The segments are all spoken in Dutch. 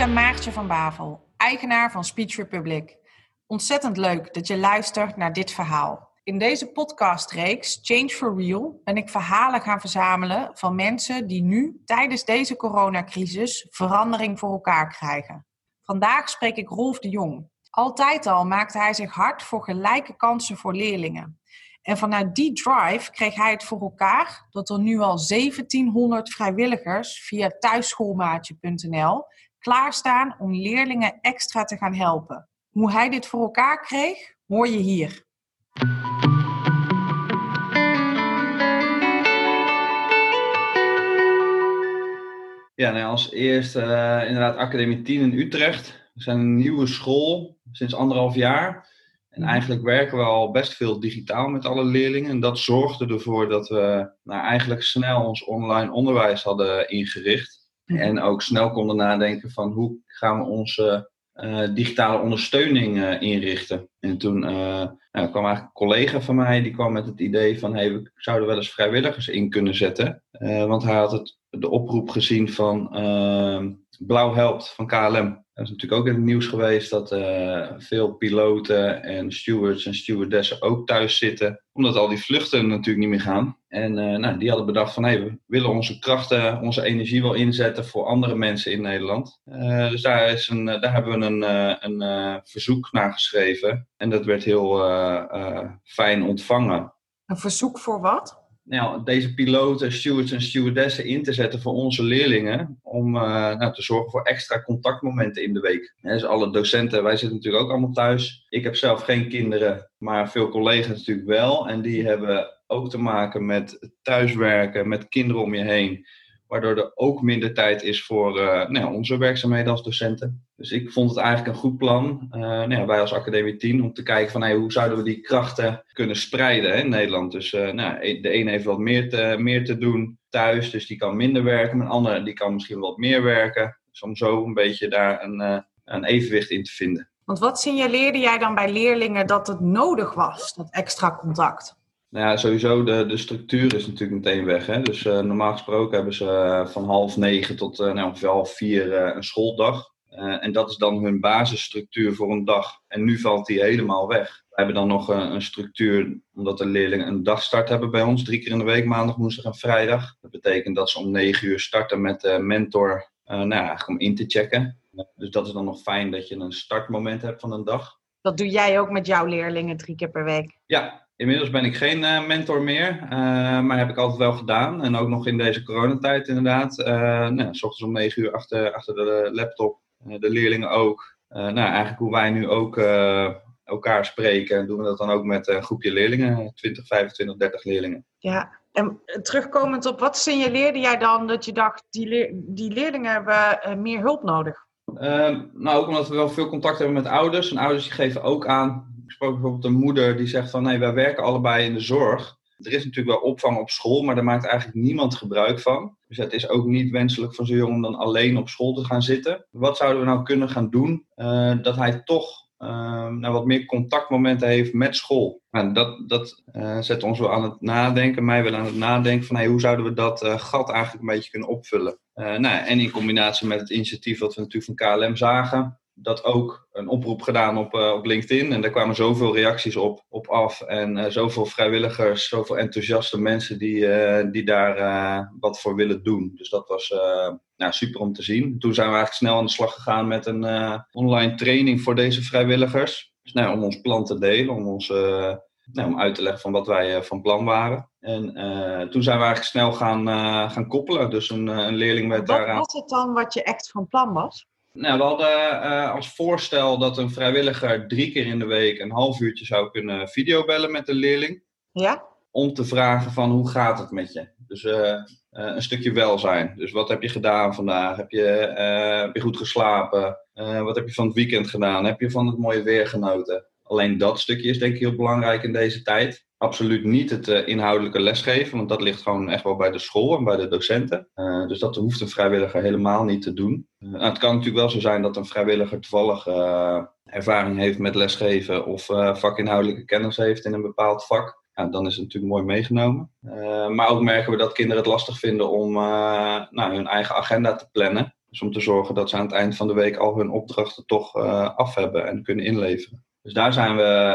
ben Maartje van Bavel, eigenaar van Speech Republic. Ontzettend leuk dat je luistert naar dit verhaal. In deze podcastreeks Change for Real ben ik verhalen gaan verzamelen van mensen die nu tijdens deze coronacrisis verandering voor elkaar krijgen. Vandaag spreek ik Rolf de Jong. Altijd al maakte hij zich hard voor gelijke kansen voor leerlingen. En vanuit die drive kreeg hij het voor elkaar dat er nu al 1700 vrijwilligers via thuisschoolmaatje.nl klaarstaan om leerlingen extra te gaan helpen. Hoe hij dit voor elkaar kreeg, hoor je hier. Ja, nou als eerst inderdaad Academie 10 in Utrecht. We zijn een nieuwe school sinds 1,5 jaar. En eigenlijk werken we al best veel digitaal met alle leerlingen. En dat zorgde ervoor dat we eigenlijk snel ons online onderwijs hadden ingericht. En ook snel konden nadenken van hoe gaan we onze digitale ondersteuning inrichten. En toen kwam eigenlijk een collega van mij, die kwam met het idee van we zouden wel eens vrijwilligers in kunnen zetten. Want hij had de oproep gezien van Blauw Helpt van KLM. Dat is natuurlijk ook in het nieuws geweest dat veel piloten en stewards en stewardessen ook thuis zitten. Omdat al die vluchten natuurlijk niet meer gaan. En die hadden bedacht van we willen onze krachten, onze energie wel inzetten voor andere mensen in Nederland. Dus daar hebben we een verzoek naar geschreven. En dat werd heel fijn ontvangen. Een verzoek voor wat? Nou, deze piloten, stewards en stewardessen in te zetten voor onze leerlingen om te zorgen voor extra contactmomenten in de week. Dus alle docenten, wij zitten natuurlijk ook allemaal thuis. Ik heb zelf geen kinderen, maar veel collega's natuurlijk wel. En die hebben ook te maken met thuiswerken, met kinderen om je heen. Waardoor er ook minder tijd is voor onze werkzaamheden als docenten. Dus ik vond het eigenlijk een goed plan, wij als Academie 10, om te kijken van hoe zouden we die krachten kunnen spreiden in Nederland. Dus de een heeft wat meer te doen thuis, dus die kan minder werken. Een ander die kan misschien wat meer werken. Dus om zo een beetje daar een evenwicht in te vinden. Want wat signaleerde jij dan bij leerlingen dat het nodig was, dat extra contact? Nou ja, sowieso de structuur is natuurlijk meteen weg. Hè? Dus normaal gesproken hebben ze van 8:30 tot ongeveer 16:30 een schooldag. En dat is dan hun basisstructuur voor een dag. En nu valt die helemaal weg. We hebben dan nog een structuur, omdat de leerlingen een dagstart hebben bij ons. 3 keer in de week, maandag, woensdag en vrijdag. Dat betekent dat ze om 9:00 starten met de mentor, eigenlijk om in te checken. Dus dat is dan nog fijn dat je een startmoment hebt van een dag. Dat doe jij ook met jouw leerlingen 3 keer per week? Ja. Inmiddels ben ik geen mentor meer, maar heb ik altijd wel gedaan. En ook nog in deze coronatijd inderdaad. 's ochtends om 9:00 achter de laptop. De leerlingen ook. Eigenlijk hoe wij nu ook elkaar spreken, doen we dat dan ook met een groepje leerlingen. 20, 25, 30 leerlingen. Ja, en terugkomend op wat signaleerde jij dan dat je dacht, die leerlingen hebben meer hulp nodig? Ook omdat we wel veel contact hebben met ouders. En ouders die geven ook aan. Ik sprak bijvoorbeeld een moeder die zegt van wij werken allebei in de zorg. Er is natuurlijk wel opvang op school, maar daar maakt eigenlijk niemand gebruik van. Dus het is ook niet wenselijk voor zo'n jongen om dan alleen op school te gaan zitten. Wat zouden we nou kunnen gaan doen dat hij toch wat meer contactmomenten heeft met school? En dat zet ons wel aan het nadenken, mij wel aan het nadenken van hoe zouden we dat gat eigenlijk een beetje kunnen opvullen. En in combinatie met het initiatief wat we natuurlijk van KLM zagen. Dat ook een oproep gedaan op LinkedIn. En daar kwamen zoveel reacties op af. En zoveel vrijwilligers, zoveel enthousiaste mensen die daar wat voor willen doen. Dus dat was super om te zien. Toen zijn we eigenlijk snel aan de slag gegaan met een online training voor deze vrijwilligers. Dus om ons plan te delen, om uit te leggen van wat wij van plan waren. En toen zijn we eigenlijk snel gaan koppelen. Dus een leerling werd daaraan. Wat was het dan wat je echt van plan was? We hadden als voorstel dat een vrijwilliger 3 keer in de week een half uurtje zou kunnen videobellen met de leerling. Ja? Om te vragen van hoe gaat het met je? Dus een stukje welzijn. Dus wat heb je gedaan vandaag? Heb je goed geslapen? Wat heb je van het weekend gedaan? Heb je van het mooie weer genoten? Alleen dat stukje is denk ik heel belangrijk in deze tijd. Absoluut niet het inhoudelijke lesgeven, want dat ligt gewoon echt wel bij de school en bij de docenten. Dus dat hoeft een vrijwilliger helemaal niet te doen. Het kan natuurlijk wel zo zijn dat een vrijwilliger toevallig ervaring heeft met lesgeven of vakinhoudelijke kennis heeft in een bepaald vak. Dan is het natuurlijk mooi meegenomen. Maar ook merken we dat kinderen het lastig vinden om hun eigen agenda te plannen. Dus om te zorgen dat ze aan het eind van de week al hun opdrachten toch af hebben en kunnen inleveren. Dus daar zijn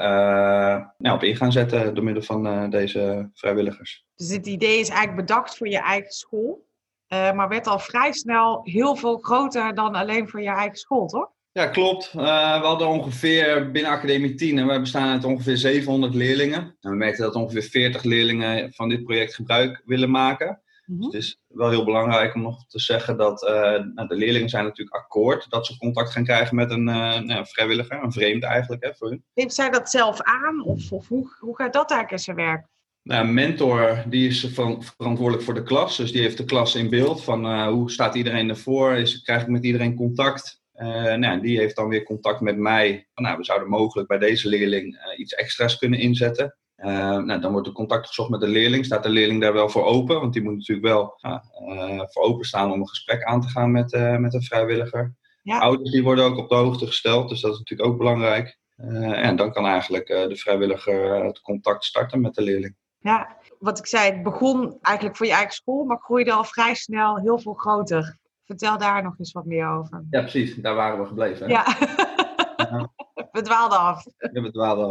we op in gaan zetten door middel van deze vrijwilligers. Dus het idee is eigenlijk bedacht voor je eigen school, maar werd al vrij snel heel veel groter dan alleen voor je eigen school, toch? Ja, klopt. We hadden ongeveer binnen Academie 10, en we bestaan uit ongeveer 700 leerlingen. En we merkten dat ongeveer 40 leerlingen van dit project gebruik willen maken. Dus het is wel heel belangrijk om nog te zeggen dat de leerlingen zijn natuurlijk akkoord dat ze contact gaan krijgen met een vrijwilliger, een vreemde eigenlijk voor hun. Neemt zij dat zelf aan of hoe gaat dat eigenlijk in zijn werk? Nou, een mentor die is verantwoordelijk voor de klas, dus die heeft de klas in beeld van hoe staat iedereen ervoor, krijg ik met iedereen contact. Die heeft dan weer contact met mij. We zouden mogelijk bij deze leerling iets extra's kunnen inzetten. Dan wordt er contact gezocht met de leerling. Staat de leerling daar wel voor open? Want die moet natuurlijk wel voor openstaan om een gesprek aan te gaan met een vrijwilliger. Ja. Ouders die worden ook op de hoogte gesteld, dus dat is natuurlijk ook belangrijk. En dan kan eigenlijk de vrijwilliger het contact starten met de leerling. Ja, wat ik zei, het begon eigenlijk voor je eigen school, maar groeide al vrij snel heel veel groter. Vertel daar nog eens wat meer over. Ja, precies. Daar waren we gebleven. Hè? Ja, we dwaalden af. Ja, we dwaalden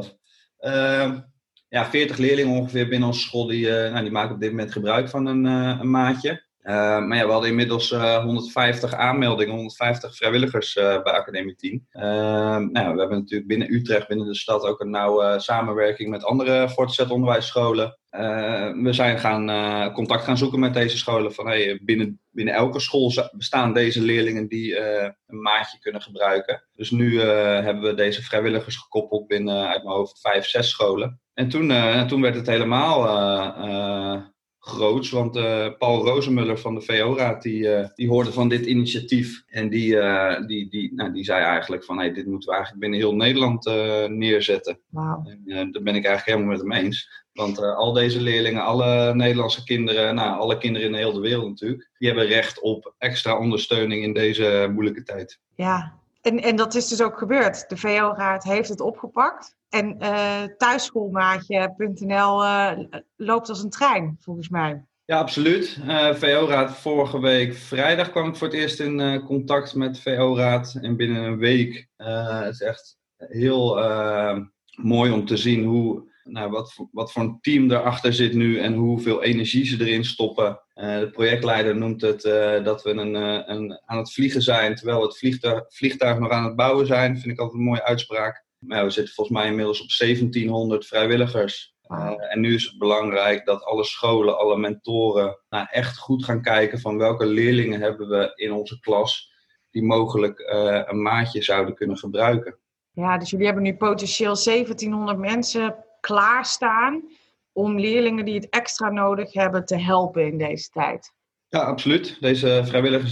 af. 40 leerlingen ongeveer binnen onze school die maken op dit moment gebruik van een maatje. Maar we hadden inmiddels 150 aanmeldingen, 150 vrijwilligers bij Academie 10. We hebben natuurlijk binnen Utrecht, binnen de stad, ook een nauwe samenwerking met andere voortgezet onderwijsscholen. We zijn contact gaan zoeken met deze scholen. Van, binnen elke school bestaan deze leerlingen die een maatje kunnen gebruiken. Dus nu hebben we deze vrijwilligers gekoppeld binnen, uit mijn hoofd, 5, 6 scholen. En toen werd het helemaal groots, want Paul Rozenmuller van de VO-raad die hoorde van dit initiatief. En die zei eigenlijk van dit moeten we eigenlijk binnen heel Nederland neerzetten. Wow. En daar ben ik eigenlijk helemaal met hem eens. Want al deze leerlingen, alle Nederlandse kinderen, alle kinderen in de hele wereld natuurlijk, die hebben recht op extra ondersteuning in deze moeilijke tijd. Ja, en dat is dus ook gebeurd. De VO-raad heeft het opgepakt. En thuisschoolmaatje.nl loopt als een trein, volgens mij. Ja, absoluut. VO-raad, vorige week vrijdag kwam ik voor het eerst in contact met de VO-raad. En binnen een week, het is echt heel mooi om te zien wat voor een team erachter zit nu en hoeveel energie ze erin stoppen. De projectleider noemt het dat we aan het vliegen zijn, terwijl het vliegtuig nog aan het bouwen zijn. Dat vind ik altijd een mooie uitspraak. Maar we zitten volgens mij inmiddels op 1700 vrijwilligers. En nu is het belangrijk dat alle scholen, alle mentoren echt goed gaan kijken van welke leerlingen hebben we in onze klas die mogelijk een maatje zouden kunnen gebruiken. Ja, dus jullie hebben nu potentieel 1700 mensen klaarstaan om leerlingen die het extra nodig hebben te helpen in deze tijd. Ja, absoluut. Deze vrijwilligers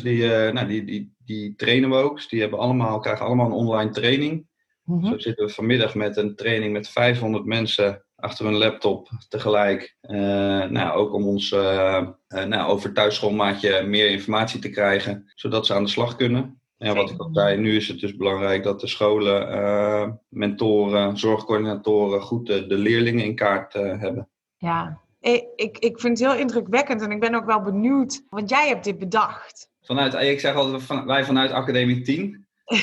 die trainen we ook. Die krijgen allemaal een online training. Mm-hmm. Zo zitten we vanmiddag met een training met 500 mensen achter hun laptop tegelijk. Ook om ons over thuisschoolmaatje meer informatie te krijgen, zodat ze aan de slag kunnen. Ja, wat ik al zei, nu is het dus belangrijk dat de scholen, mentoren, zorgcoördinatoren goed de leerlingen in kaart hebben. Ja, ik vind het heel indrukwekkend en ik ben ook wel benieuwd, want jij hebt dit bedacht. Ik zeg altijd, wij vanuit Academie 10.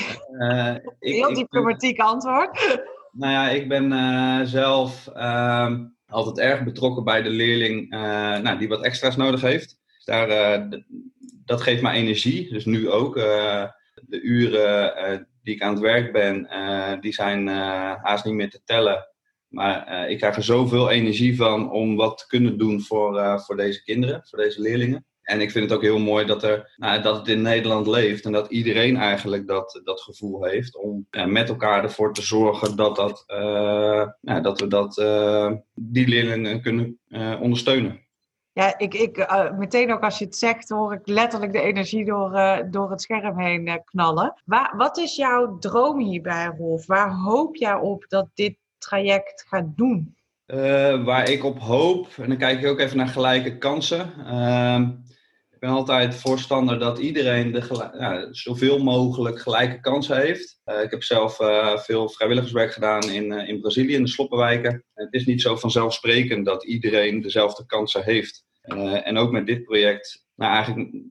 Heel diplomatiek antwoord. Nou ja, ik ben zelf altijd erg betrokken bij de leerling die wat extra's nodig heeft. Dus dat geeft mij energie, dus nu ook. De uren die ik aan het werk ben, die zijn haast niet meer te tellen. Maar ik krijg er zoveel energie van om wat te kunnen doen voor deze kinderen, voor deze leerlingen. En ik vind het ook heel mooi dat het in Nederland leeft en dat iedereen eigenlijk dat gevoel heeft om met elkaar ervoor te zorgen dat we die leerlingen kunnen ondersteunen. Ja, meteen ook als je het zegt, hoor ik letterlijk de energie door het scherm heen knallen. Wat is jouw droom hierbij, Rolf? Waar hoop jij op dat dit traject gaat doen? Waar ik op hoop, en dan kijk ik ook even naar gelijke kansen. Ik ben altijd voorstander dat iedereen zoveel mogelijk gelijke kansen heeft. Ik heb zelf veel vrijwilligerswerk gedaan in Brazilië, in de sloppenwijken. Het is niet zo vanzelfsprekend dat iedereen dezelfde kansen heeft. En ook met dit project, eigenlijk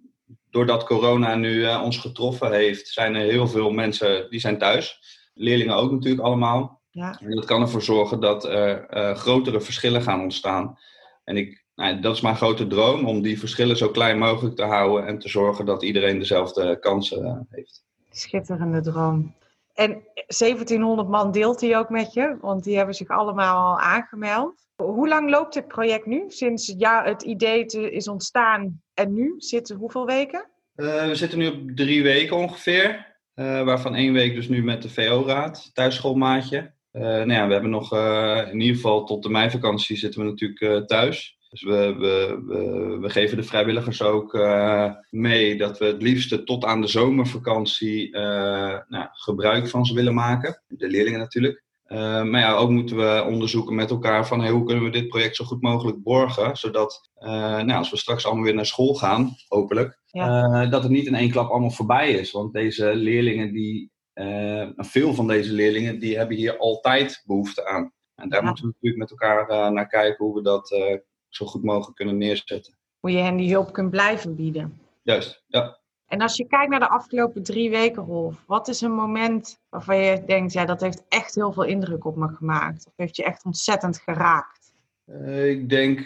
doordat corona nu ons getroffen heeft, zijn er heel veel mensen die zijn thuis. Leerlingen ook natuurlijk allemaal. Ja. En dat kan ervoor zorgen dat er grotere verschillen gaan ontstaan. En dat is mijn grote droom, om die verschillen zo klein mogelijk te houden en te zorgen dat iedereen dezelfde kansen heeft. Schitterende droom. En 1700 man deelt die ook met je, want die hebben zich allemaal al aangemeld. Hoe lang loopt dit project nu? Sinds het idee is ontstaan en nu? Zitten hoeveel weken? We zitten nu op 3 weken ongeveer. Waarvan 1 week dus nu met de VO-raad, thuisschoolmaatje. We hebben nog in ieder geval tot de meivakantie zitten we natuurlijk thuis. Dus we geven de vrijwilligers ook mee dat we het liefste tot aan de zomervakantie gebruik van ze willen maken. De leerlingen natuurlijk. Maar ook moeten we onderzoeken met elkaar van hoe kunnen we dit project zo goed mogelijk borgen. Zodat als we straks allemaal weer naar school gaan, hopelijk, dat het niet in 1 klap allemaal voorbij is. Want deze leerlingen, veel van deze leerlingen, die hebben hier altijd behoefte aan. En daar moeten we natuurlijk met elkaar naar kijken hoe we dat zo goed mogelijk kunnen neerzetten. Hoe je hen die hulp kunt blijven bieden. Juist, ja. En als je kijkt naar de afgelopen 3 weken, Rolf, wat is een moment waarvan je denkt, dat heeft echt heel veel indruk op me gemaakt? Of heeft je echt ontzettend geraakt? Ik denk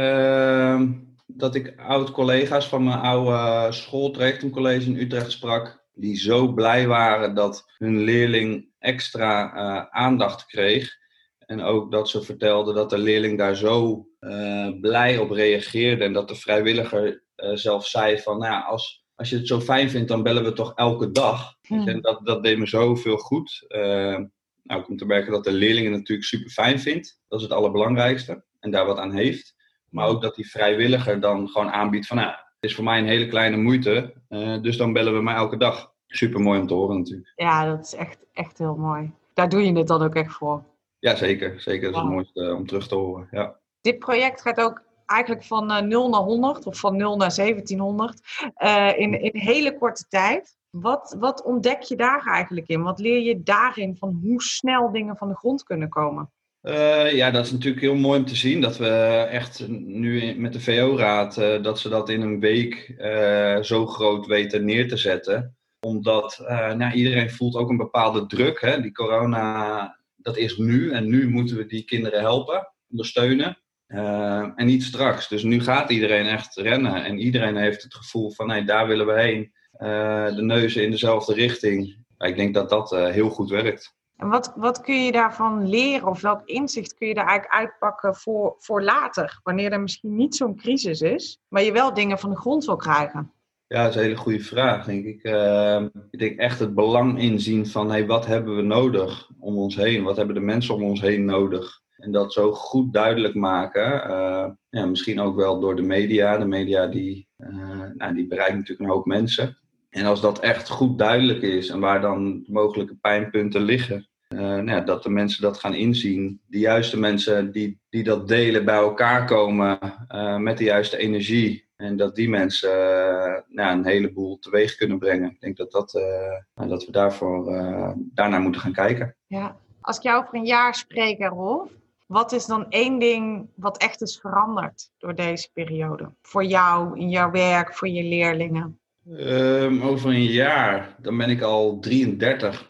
dat ik oud-collega's van mijn oude school, Trajectumcollege in Utrecht, sprak. Die zo blij waren dat hun leerling extra aandacht kreeg. En ook dat ze vertelden dat de leerling daar zo blij op reageerde. En dat de vrijwilliger zelf zei van, als je het zo fijn vindt, dan bellen we toch elke dag. En dat deed me zoveel goed. Om te merken dat de leerlingen natuurlijk super fijn vindt. Dat is het allerbelangrijkste. En daar wat aan heeft. Maar ook dat die vrijwilliger dan gewoon aanbiedt van, het is voor mij een hele kleine moeite. Dus dan bellen we mij elke dag. Super mooi om te horen natuurlijk. Ja, dat is echt heel mooi. Daar doe je het dan ook echt voor. Ja, zeker. Zeker. Dat is het mooiste om terug te horen. Ja. Dit project gaat ook eigenlijk van 0 naar 100 of van 0 naar 1700 in hele korte tijd. Wat ontdek je daar eigenlijk in? Wat leer je daarin van hoe snel dingen van de grond kunnen komen? Dat is natuurlijk heel mooi om te zien. Dat we echt nu met de VO-raad, dat ze dat in een week zo groot weten neer te zetten. Omdat iedereen voelt ook een bepaalde druk. Hè? Die corona, dat is nu. En nu moeten we die kinderen helpen, ondersteunen. En niet straks. Dus nu gaat iedereen echt rennen. En iedereen heeft het gevoel van, daar willen we heen. De neuzen in dezelfde richting. Ik denk dat dat heel goed werkt. En wat kun je daarvan leren? Of welk inzicht kun je daar eigenlijk uitpakken voor later? Wanneer er misschien niet zo'n crisis is, maar je wel dingen van de grond wil krijgen. Ja, dat is een hele goede vraag, denk ik. Ik denk echt het belang inzien van, wat hebben we nodig om ons heen? Wat hebben de mensen om ons heen nodig? En dat zo goed duidelijk maken. Misschien ook wel door de media. De media die bereikt natuurlijk een hoop mensen. En als dat echt goed duidelijk is en waar dan mogelijke pijnpunten liggen. Dat de mensen dat gaan inzien. De juiste mensen die dat delen bij elkaar komen met de juiste energie. En dat die mensen een heleboel teweeg kunnen brengen. Ik denk dat we daarnaar moeten gaan kijken. Ja. Als ik jou over een jaar spreek, Rolf, wat is dan 1 ding wat echt is veranderd door deze periode? Voor jou, in jouw werk, voor je leerlingen? Over een jaar, dan ben ik al 33.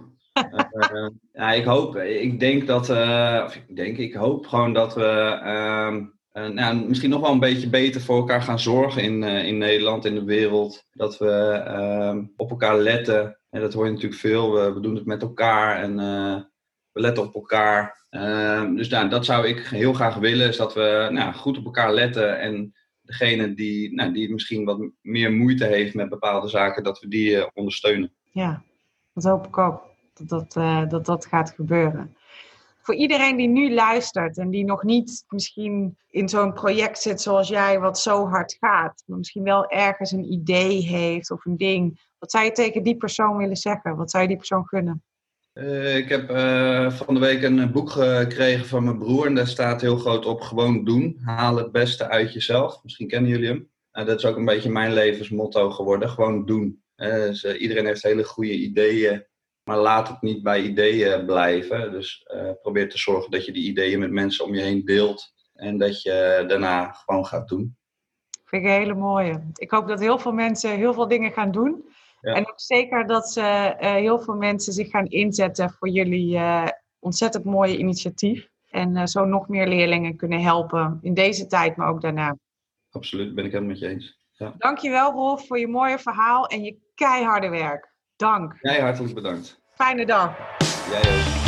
Ik hoop gewoon dat we misschien nog wel een beetje beter voor elkaar gaan zorgen in Nederland, in de wereld. Dat we op elkaar letten. En dat hoor je natuurlijk veel. We doen het met elkaar en we letten op elkaar. Dus dat zou ik heel graag willen, is dat we goed op elkaar letten. En degene die misschien wat meer moeite heeft met bepaalde zaken, dat we die ondersteunen. Ja, dat hoop ik ook. Dat gaat gebeuren. Voor iedereen die nu luistert en die nog niet misschien in zo'n project zit zoals jij, wat zo hard gaat, maar misschien wel ergens een idee heeft of een ding. Wat zou je tegen die persoon willen zeggen? Wat zou je die persoon gunnen? Ik heb van de week een boek gekregen van mijn broer en daar staat heel groot op: gewoon doen. Haal het beste uit jezelf. Misschien kennen jullie hem. Dat is ook een beetje mijn levensmotto geworden. Gewoon doen. Dus, iedereen heeft hele goede ideeën. Maar laat het niet bij ideeën blijven. Dus probeer te zorgen dat je die ideeën met mensen om je heen deelt. En dat je daarna gewoon gaat doen. Vind ik een hele mooie. Ik hoop dat heel veel mensen heel veel dingen gaan doen. Ja. En ook zeker dat heel veel mensen zich gaan inzetten voor jullie ontzettend mooie initiatief. En zo nog meer leerlingen kunnen helpen in deze tijd, maar ook daarna. Absoluut, ben ik helemaal met je eens. Ja. Dankjewel Rolf voor je mooie verhaal en je keiharde werk. Dank. Jij hartelijk bedankt. Fijne dag. Jij ook.